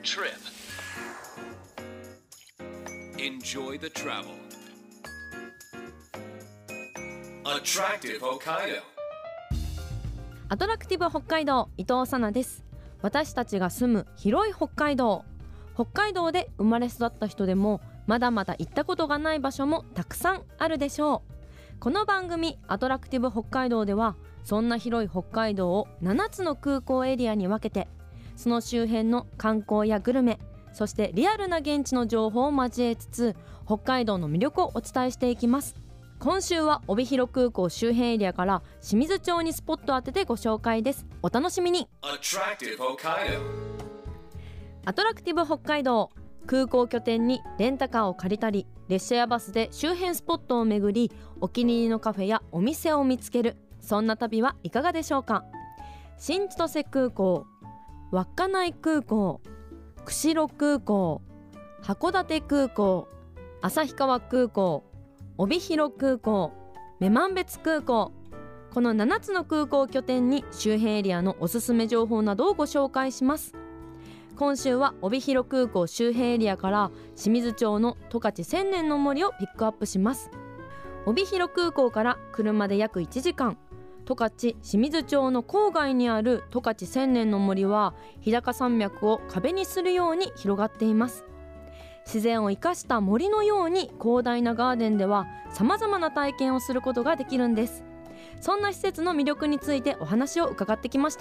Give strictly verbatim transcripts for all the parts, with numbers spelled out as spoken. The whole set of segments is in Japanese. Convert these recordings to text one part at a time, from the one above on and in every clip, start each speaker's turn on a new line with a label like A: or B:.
A: trip. Enjoy the travel. Attractive Hokkaido.
B: アトラクティブ北海道、伊藤さなです。私たちが住む広い北海道。北海道で生まれ育った人でもまだまだ行ったことがない場所もたくさんあるでしょう。この番組アトラクティブ北海道ではそんな広い北海道をななつの空港エリアに分けて、その周辺の観光やグルメ、そしてリアルな現地の情報を交えつつ北海道の魅力をお伝えしていきます。今週は帯広空港周辺エリアから清水町にスポットを当ててご紹介です。お楽しみに。
A: Attractive Hokkaido.
B: アトラクティブ北海道、空港拠点にレンタカーを借りたり列車やバスで周辺スポットを巡り、お気に入りのカフェやお店を見つける、そんな旅はいかがでしょうか。新千歳空港、稚内空港、釧路空港、函館空港、旭川空港、帯広空港、女満別空港、このななつの空港拠点に周辺エリアのおすすめ情報などをご紹介します。今週は帯広空港周辺エリアから清水町の十勝千年の森をピックアップします。帯広空港から車で約いちじかん、十勝清水町の郊外にある十勝千年の森は日高山脈を壁にするように広がっています。自然を生かした森のように広大なガーデンではさまざまな体験をすることができるんです。そんな施設の魅力についてお話を伺ってきました。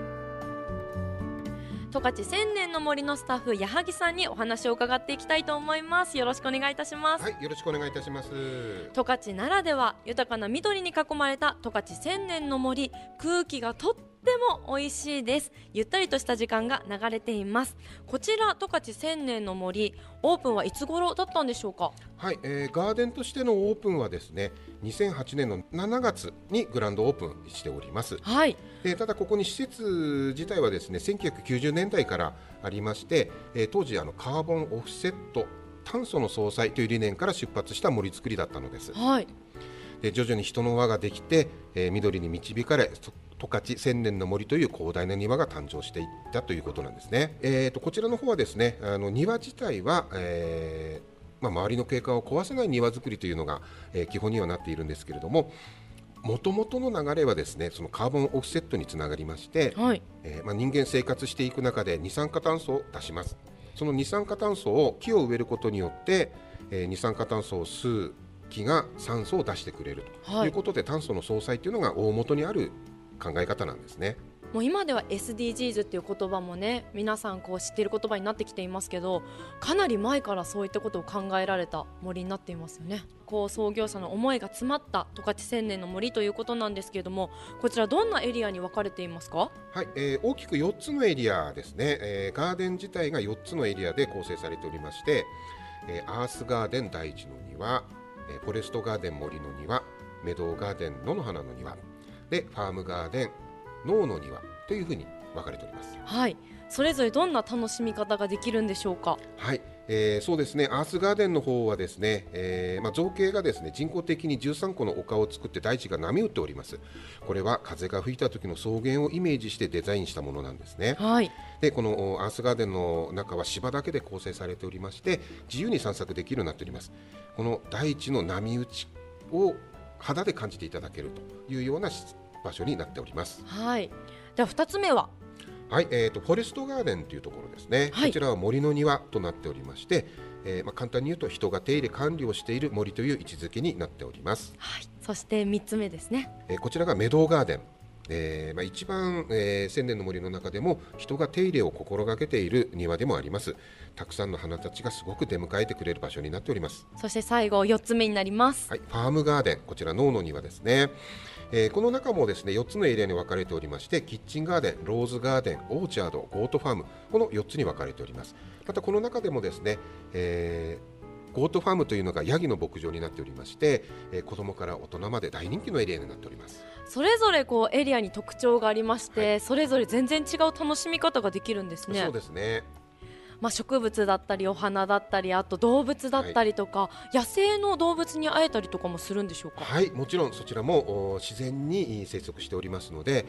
B: 十勝千年の森のスタッフ、矢作さんにお話を伺っていきたいと思います。よろしくお願いいたします。
C: はい、よろしくお願いいたします。
B: 十勝ならでは豊かな緑に囲まれた十勝千年の森、空気がとっても美味しいです。ゆったりとした時間が流れています。こちら十勝千年の森、オープンはいつ頃だったんでしょうか。
C: はい、えー、ガーデンとしてのオープンはですね、にせんはちねんのしちがつにグランドオープンしております。
B: はい。
C: でただここに施設自体はですねせんきゅうひゃくきゅうじゅうねんだいからありまして、えー、当時あのカーボンオフセット、炭素の相殺という理念から出発した森作りだったのです。
B: はい。
C: で徐々に人の輪ができて、えー、緑に導かれ十勝千年の森という広大な庭が誕生していったということなんですね。えー、とこちらの方はですね、あの庭自体は、えーまあ、周りの景観を壊さない庭作りというのが、えー、基本にはなっているんですけれども、もともとの流れはですね、そのカーボンオフセットにつながりまして、
B: はい。
C: えーまあ、人間生活していく中で二酸化炭素を出します。その二酸化炭素を木を植えることによって、えー、二酸化炭素を吸う木が酸素を出してくれるということで、はい、炭素の相殺というのが大元にある考え方なんですね。
B: もう今では エスディージーズ っていう言葉もね、皆さんこう知っている言葉になってきていますけど、かなり前からそういったことを考えられた森になっていますよね。こう創業者の思いが詰まった十勝千年の森ということなんですけれども、こちらどんなエリアに分かれていますか。
C: はい、えー、大きくよっつのエリアですね、えー、ガーデン自体がよっつのエリアで構成されておりまして、えー、アースガーデン大地の庭、えー、フォレストガーデン森の庭、メドウガーデン野の花の庭で、ファームガーデン脳の庭というふうに分かれております。
B: はい、それぞれどんな楽しみ方ができるんでしょうか。
C: はい、えー、そうですね、アースガーデンの方はですね、えーまあ、造形がですね人工的にじゅうさんこの丘を作って大地が波打っております。これは風が吹いた時の草原をイメージしてデザインしたものなんですね。
B: はい。
C: でこのアースガーデンの中は芝だけで構成されておりまして、自由に散策できるようになっております。この大地の波打ちを肌で感じていただけるというような場所になっております。
B: はい。ではふたつめは、
C: はい、えーと、フォレストガーデンというところですね。はい、こちらは森の庭となっておりまして、えーまあ、簡単に言うと人が手入れ管理をしている森という位置づけになっております。
B: はい、そしてみっつめですね。
C: えー、こちらがメドウガーデン、えーまあ、一番、えー、千年の森の中でも人が手入れを心がけている庭でもあります。たくさんの花たちがすごく出迎えてくれる場所になっております。
B: そして最後よっつめになります。
C: はい、ファームガーデン、こちら脳の庭ですね。えー、この中もですねよっつのエリアに分かれておりまして、キッチンガーデン、ローズガーデン、オーチャード、ゴートファーム、このよっつに分かれております。またこの中でもですね、えー、ゴートファームというのがヤギの牧場になっておりまして、えー、子供から大人まで大人気のエリアになっております。
B: それぞれこうエリアに特徴がありまして、
C: はい、
B: それぞれ全然違う楽しみ方ができるんですね。
C: そうですね。
B: まあ、植物だったりお花だったり、あと動物だったりとか、はい、野生の動物に会えたりとかもするんでしょうか。
C: はい、もちろんそちらも自然に生息しておりますので、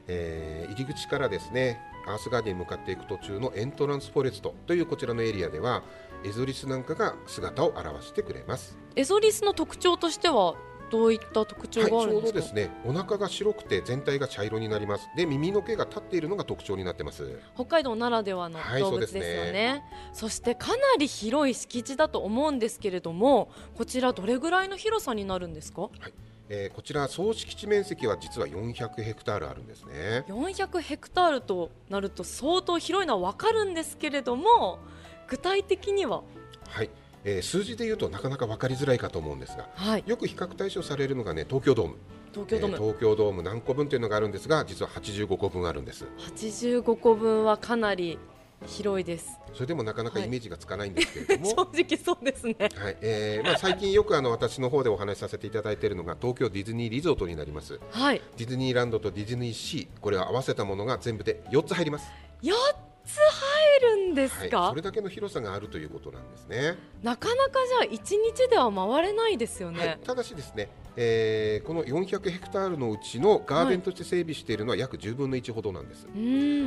C: えー、入り口からですねアースガーデンに向かっていく途中のエントランスフォレストというこちらのエリアではエゾリスなんかが姿を現してくれます。
B: エゾリスの特徴としてはどういった特徴があるんですか？
C: はい、ちょうどですねお腹が白くて全体が茶色になります。で耳の毛が立っているのが特徴になってます。
B: 北海道ならではの動物ですよね。はい、 そうですね。そしてかなり広い敷地だと思うんですけれども、こちらどれぐらいの広さになるんですか？はい、
C: えー、こちら総敷地面積は実はよんひゃくヘクタールあるんですね。
B: よんひゃくヘクタールとなると相当広いのは分かるんですけれども、具体的には？
C: はい、えー、数字で言うとなかなか分かりづらいかと思うんですが、
B: はい、
C: よく比較対象されるのがね東京ドーム。
B: 東京ドーム、
C: えー、東京ドーム何個分というのがあるんですが、実ははちじゅうごこぶんあるんです。
B: はちじゅうごこぶんはかなり広いです。
C: それでもなかなかイメージがつかないんですけれども、
B: はい、正直そうですね。
C: はい、えーまあ、最近よくあの私の方でお話しさせていただいているのが東京ディズニーリゾートになります。
B: はい、
C: ディズニーランドとディズニーシー、これを合わせたものが全部でよっつ入ります。
B: よっつ入るんですか？
C: はい、それだけの広さがあるということなんですね。
B: なかなかじゃあいちにちでは回れないですよね。
C: はい、ただしですね、えー、このよんひゃくヘクタールのうちのガーデンとして整備しているのは約じゅうぶんのいちほどなんです。
B: うん、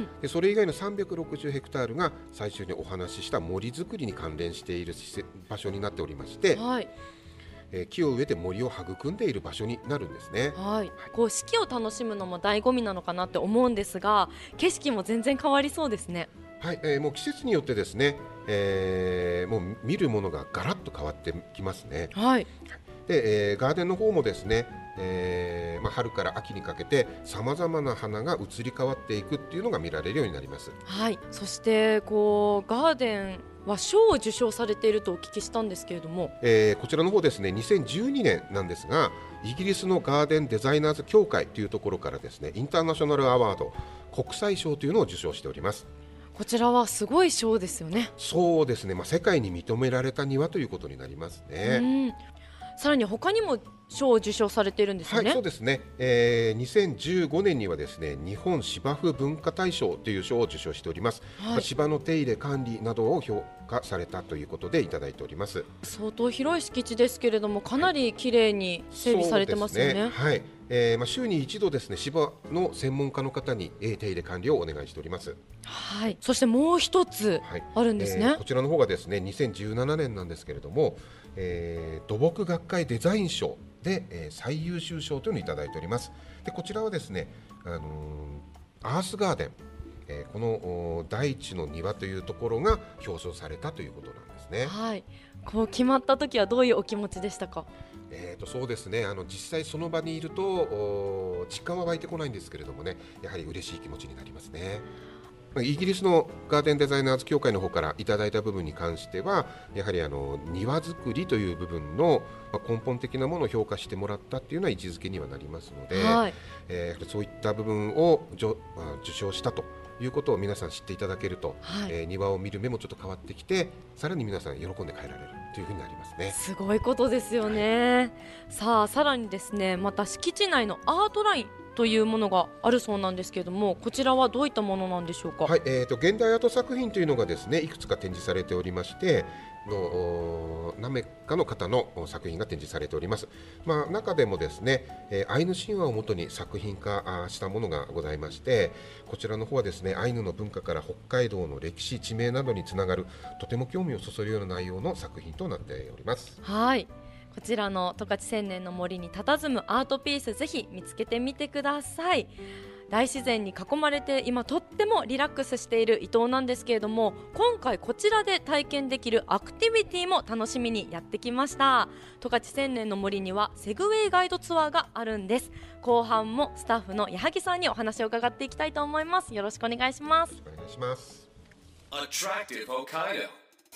C: でそれ以外のさんびゃくろくじゅうヘクタールが最初にお話しした森づくりに関連している場所になっておりまして、
B: はい、
C: えー、木を植えて森を育んでいる場所になるんですね。
B: はい、こう四季を楽しむのも醍醐味なのかなって思うんですが、景色も全然変わりそうですね。
C: はい、えー、もう季節によってですね、えー、もう見るものがガラッと変わってきますね。
B: はい、
C: で、えー、ガーデンの方もですね、えーまあ、春から秋にかけてさまざまな花が移り変わっていくっていうのが見られるようになります。
B: はい、そしてこうガーデンは賞を受賞されているとお聞きしたんですけれども、
C: えー、こちらの方ですねにせんじゅうにねんなんですが、イギリスのガーデンデザイナーズ協会というところからですねインターナショナルアワード国際賞というのを受賞しております。
B: こちらはすごい賞ですよね。
C: そうですね、まあ、世界に認められた庭ということになりますね。
B: うん、さらに他にも賞を受賞されているんですよね。
C: はい、そうですね、えー、にせんじゅうごねんにはですね日本芝生文化大賞という賞を受賞しております。はい、芝の手入れ管理などを評価されたということでいただいております。
B: 相当広い敷地ですけれども、かなり綺麗に整備されてますよね。
C: はい、そうですね、はい、えーまあ、週に一度ですね芝の専門家の方に、えー、手入れ管理をお願いしております。
B: はい、そしてもう一つあるんですね。はい、え
C: ー、こちらの方がですねにせんじゅうななねんなんですけれども、えー、土木学会デザイン賞で、えー、最優秀賞というのをいただいております。でこちらはですね、あのー、アースガーデン、えー、この大地の庭というところが表彰されたということなんですね。
B: はい、こう決まった時はどういうお気持ちでしたか？
C: えー、とそうですね、あの実際その場にいると実感は湧いてこないんですけれどもね、やはり嬉しい気持ちになりますね。イギリスのガーデンデザイナーズ協会の方からいただいた部分に関しては、やはりあの庭作りという部分の根本的なものを評価してもらったっていうような位置づけにはなりますので、はい、えー、そういった部分を受賞したということを皆さん知っていただけると、はい、えー、庭を見る目もちょっと変わってきて、さらに皆さん喜んで帰られるというふうになりますね。
B: すごいことですよね。はい、さあさらにですね、また敷地内のアートラインというものがあるそうなんですけれども、こちらはどういったものなんでしょうか？
C: はい、えーと、現代アート作品というのがですねいくつか展示されておりまして、の何名かの方の作品が展示されております。まあ、中でもですね、えー、アイヌ神話をもとに作品化したものがございまして、こちらの方はですねアイヌの文化から北海道の歴史地名などにつながるとても興味をそそるような内容の作品となっております。
B: はい、こちらの十勝千年の森に佇むアートピース、ぜひ見つけてみてください。大自然に囲まれて今とってもリラックスしている伊藤なんですけれども、今回こちらで体験できるアクティビティも楽しみにやってきました。十勝千年の森にはセグウェイガイドツアーがあるんです。後半もスタッフの矢作さんにお話を伺っていきたいと思います。よろしくお願いします。
C: お願いします。
A: Attractive Hokkaido。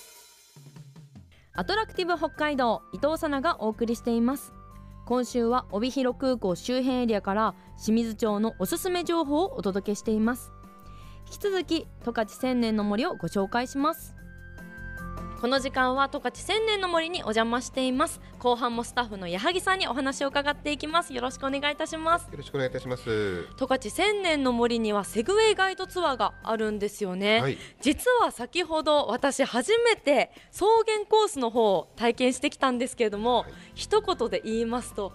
B: アトラクティブ北海道、伊藤さながお送りしています。今週は帯広空港周辺エリアから清水町のおすすめ情報をお届けしています。引き続き十勝千年の森をご紹介します。この時間は十勝千年の森にお邪魔しています。後半もスタッフの矢作さんにお話を伺っていきます。よろしくお願いいたします。
C: よろしくお願いいたします。
B: 十勝千年の森にはセグウェイガイドツアーがあるんですよね。はい、実は先ほど私初めて草原コースの方を体験してきたんですけれども、はい、一言で言いますと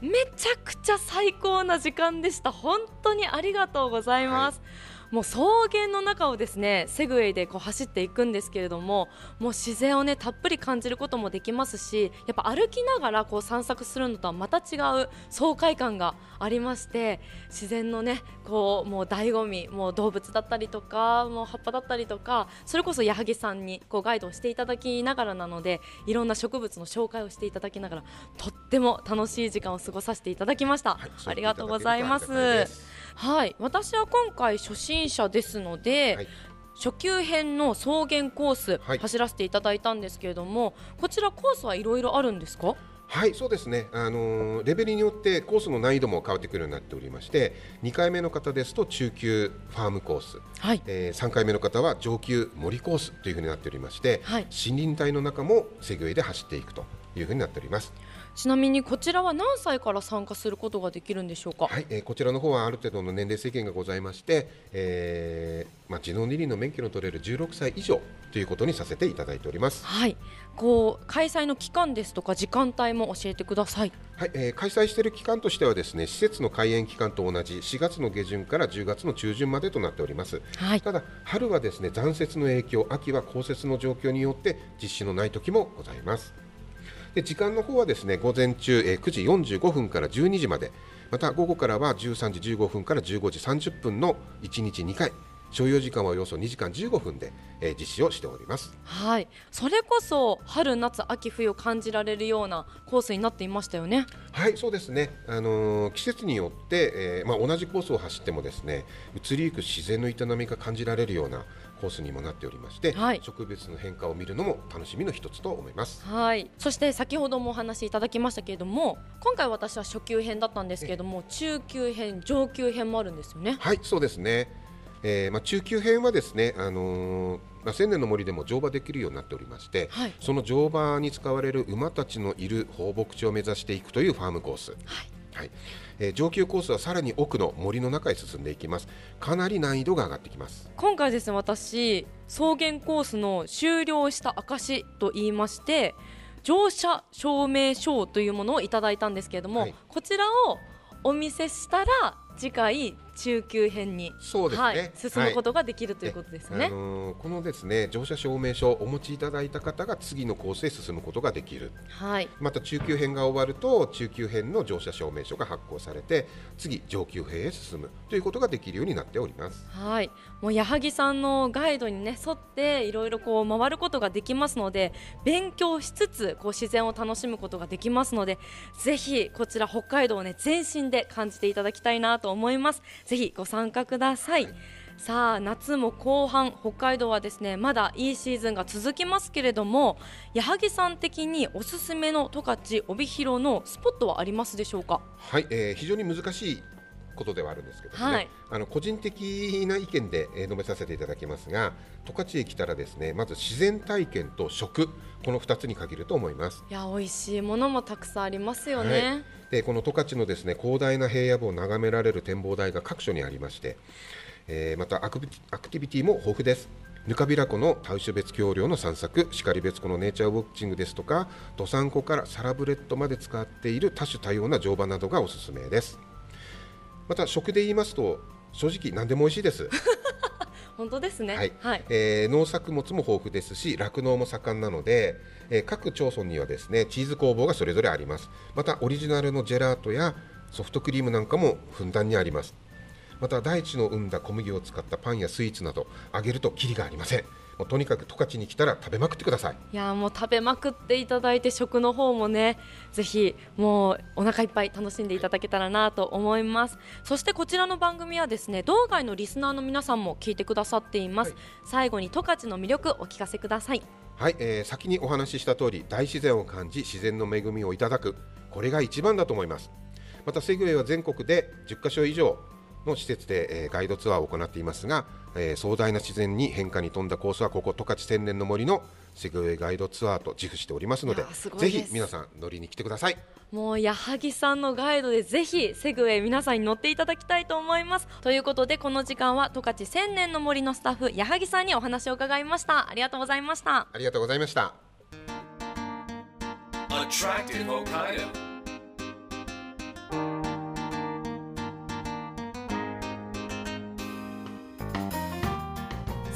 B: めちゃくちゃ最高な時間でした。本当にありがとうございます、はい、もう草原の中をですねセグウェイでこう走っていくんですけれども、もう自然をねたっぷり感じることもできますし、やっぱ歩きながらこう散策するのとはまた違う爽快感がありまして、自然のねこうもう醍醐味、もう動物だったりとかもう葉っぱだったりとか、それこそ矢作さんにこうガイドをしていただきながらなので、いろんな植物の紹介をしていただきながらとっても楽しい時間を過ごさせていただきました、はい、ありがとうございます。はい、私は今回初心者ですので、はい、初級編の草原コース、はい、走らせていただいたんですけれども、こちらコースはいろいろあるんですか？
C: はい、そうですね、あのー、レベルによってコースの難易度も変わってくるようになっておりまして、にかいめの方ですと中級ファームコース、はい、えー、さんかいめの方は上級森コースというふうになっておりまして、はい、森林帯の中もセグウェイで走っていくというふうになっております。
B: ちなみにこちらは何歳から参加することができるんでしょうか？
C: はい、えー、こちらの方はある程度の年齢制限がございまして、えーまあ、自動二輪の免許の取れるじゅうろくさい以上ということにさせていただいております。
B: はい、こう開催の期間ですとか時間帯も教えてください。
C: はい、えー、開催している期間としてはですね、施設の開園期間と同じしがつの下旬からじゅうがつの中旬までとなっております。はい、ただ春はですね残雪の影響、秋は降雪の状況によって実施のない時もございます。で時間の方はですね午前中、えー、くじよんじゅうごふんからじゅうにじまで、また午後からはじゅうさんじじゅうごふんからじゅうごじさんじゅっぷんのいちにちにかい、所要時間はおよそにじかんじゅうごふんで、えー、実施をしております。
B: はい、それこそ春夏秋冬を感じられるようなコースになっていましたよね。
C: はい、そうですね、あのー、季節によって、えーまあ、同じコースを走ってもですね移りゆく自然の営みが感じられるようなコースにもなっておりまして、はい、植物の変化を見るのも楽しみの一つと思います。
B: はい、そして先ほどもお話しいただきましたけれども、今回私は初級編だったんですけれども、中級編上級編もあるんですよね。
C: はい、そうですね、えーまあ、中級編はですね、あのーまあ、千年の森でも乗馬できるようになっておりまして、はい、その乗馬に使われる馬たちのいる放牧地を目指していくというファームコース、はいはい、えー、上級コースはさらに奥の森の中へ進んでいきます。かなり難易度が上がってきます。
B: 今回ですね、私草原コースの終了した証と言いまして、乗車証明書というものをいただいたんですけれども、はい、こちらをお見せしたら次回中級編に、
C: そうですね、はい、
B: 進むことができるということですね。
C: あのー、このですね乗車証明書をお持ちいただいた方が次のコースへ進むことができる、はい、また中級編が終わると中級編の乗車証明書が発行されて次上級編へ進むということができるようになっております。
B: はい、もう矢作さんのガイドに、ね、沿っていろいろこう回ることができますので、勉強しつつこう自然を楽しむことができますので、ぜひこちら北海道を、ね、全身で感じていただきたいなと思います。ぜひご参加ください。さあ夏も後半、北海道はですねまだいいシーズンが続きますけれども、矢作さん的におすすめの十勝帯広のスポットはありますでしょうか？
C: はい、えー、非常に難しいことではあるんですけどね、はい、あの個人的な意見で、えー、述べさせていただきますが、十勝へ来たらですねまず自然体験と食、このふたつに限ると思います。
B: いや美味しいものもたくさんありますよね。はい、
C: でこの十勝のですね広大な平野部を眺められる展望台が各所にありまして、えー、またアクティビティも豊富です。ぬかびら湖のタウシュ別橋梁の散策、然別湖のネイチャーウォッチングですとか、どさんこからサラブレッドまで使っている多種多様な乗馬などがおすすめです。また食で言いますと正直何でも美味しいです
B: 本当ですね。はい、
C: はい、えー、農作物も豊富ですし酪農も盛んなので、えー、各町村にはですねチーズ工房がそれぞれあります。またオリジナルのジェラートやソフトクリームなんかもふんだんにあります。また大地の生んだ小麦を使ったパンやスイーツなどあげるとキリがありません。もうとにかく十勝に来たら食べまくってください。
B: いやもう食べまくっていただいて、食の方もねぜひもうお腹いっぱい楽しんでいただけたらなと思います。そしてこちらの番組はですね道外のリスナーの皆さんも聞いてくださっています。はい、最後に十勝の魅力お聞かせください。
C: はい、えー、先にお話しした通り大自然を感じ自然の恵みをいただく、これが一番だと思います。またセグウェイは全国でじゅっかしょ以上の施設で、えー、ガイドツアーを行っていますが、えー、壮大な自然に変化に富んだコースはここ十勝千年の森のセグウェイガイドツアーと自負しておりますので、ぜひ皆さん乗りに来てください。
B: もう矢作さんのガイドでぜひセグウェイ皆さんに乗っていただきたいと思います。ということでこの時間は十勝千年の森のスタッフ矢作さんにお話を伺いました。ありがとうございました。
C: ありがとうございました。
A: Attractive Hokkaido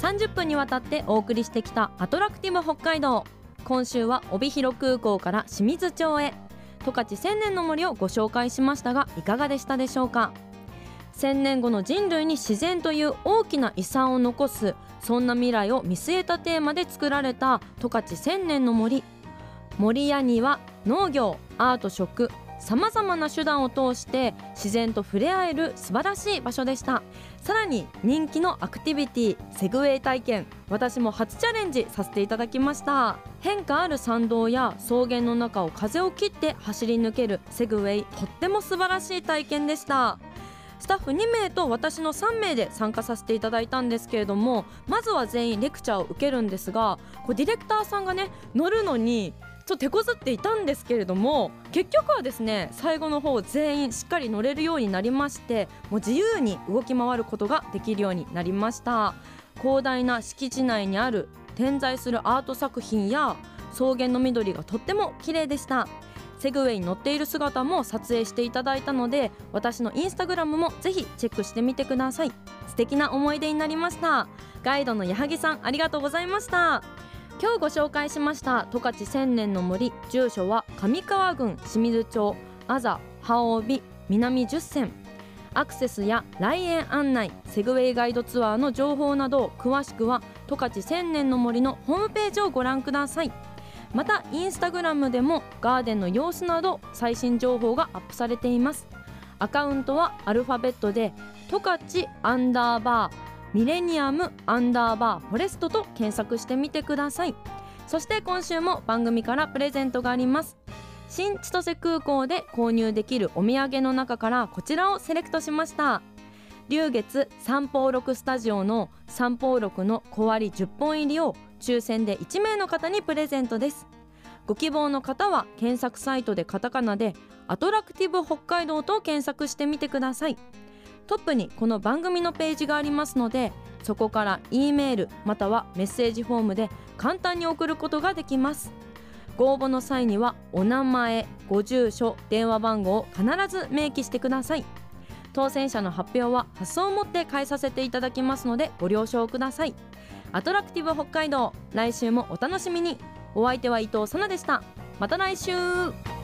B: さんじゅっぷんにわたってお送りしてきたアトラクティブ北海道。今週は帯広空港から清水町へ十勝千年の森をご紹介しましたが、いかがでしたでしょうか。せんねんごの人類に自然という大きな遺産を残す、そんな未来を見据えたテーマで作られた十勝千年の森。森や庭、農業、アート、食、さまざまな手段を通して自然と触れ合える素晴らしい場所でした。さらに人気のアクティビティセグウェイ体験、私も初チャレンジさせていただきました。変化ある山道や草原の中を風を切って走り抜けるセグウェイ、とっても素晴らしい体験でした。スタッフにめいと私のさんめいで参加させていただいたんですけれども、まずは全員レクチャーを受けるんですが、こうディレクターさんがね乗るのにちょっと手こずっていたんですけれども、結局はですね最後の方全員しっかり乗れるようになりまして、もう自由に動き回ることができるようになりました。広大な敷地内にある点在するアート作品や草原の緑がとっても綺麗でした。セグウェイに乗っている姿も撮影していただいたので、私のインスタグラムもぜひチェックしてみてください。素敵な思い出になりました。ガイドの矢作さん、ありがとうございました。今日ご紹介しました十勝千年の森、住所は上川郡清水町あざはおび南じゅっせん。アクセスや来園案内、セグウェイガイドツアーの情報など詳しくは十勝千年の森のホームページをご覧ください。またインスタグラムでもガーデンの様子など最新情報がアップされています。アカウントはアルファベットで十勝アンダーバーミレニアムアンダーバーフォレストと検索してみてください。そして今週も番組からプレゼントがあります。新千歳空港で購入できるお土産の中からこちらをセレクトしました。龍月三宝六スタジオの三宝六の小割りじゅっぽん入りを抽選でいちめいの方にプレゼントです。ご希望の方は検索サイトでカタカナでアトラクティブ北海道と検索してみてください。トップにこの番組のページがありますので、そこから E メールまたはメッセージフォームで簡単に送ることができます。ご応募の際にはお名前、ご住所、電話番号を必ず明記してください。当選者の発表は発送をもって返させていただきますのでご了承ください。アトラクティブ北海道、来週もお楽しみに。お相手は伊藤さなでした。また来週。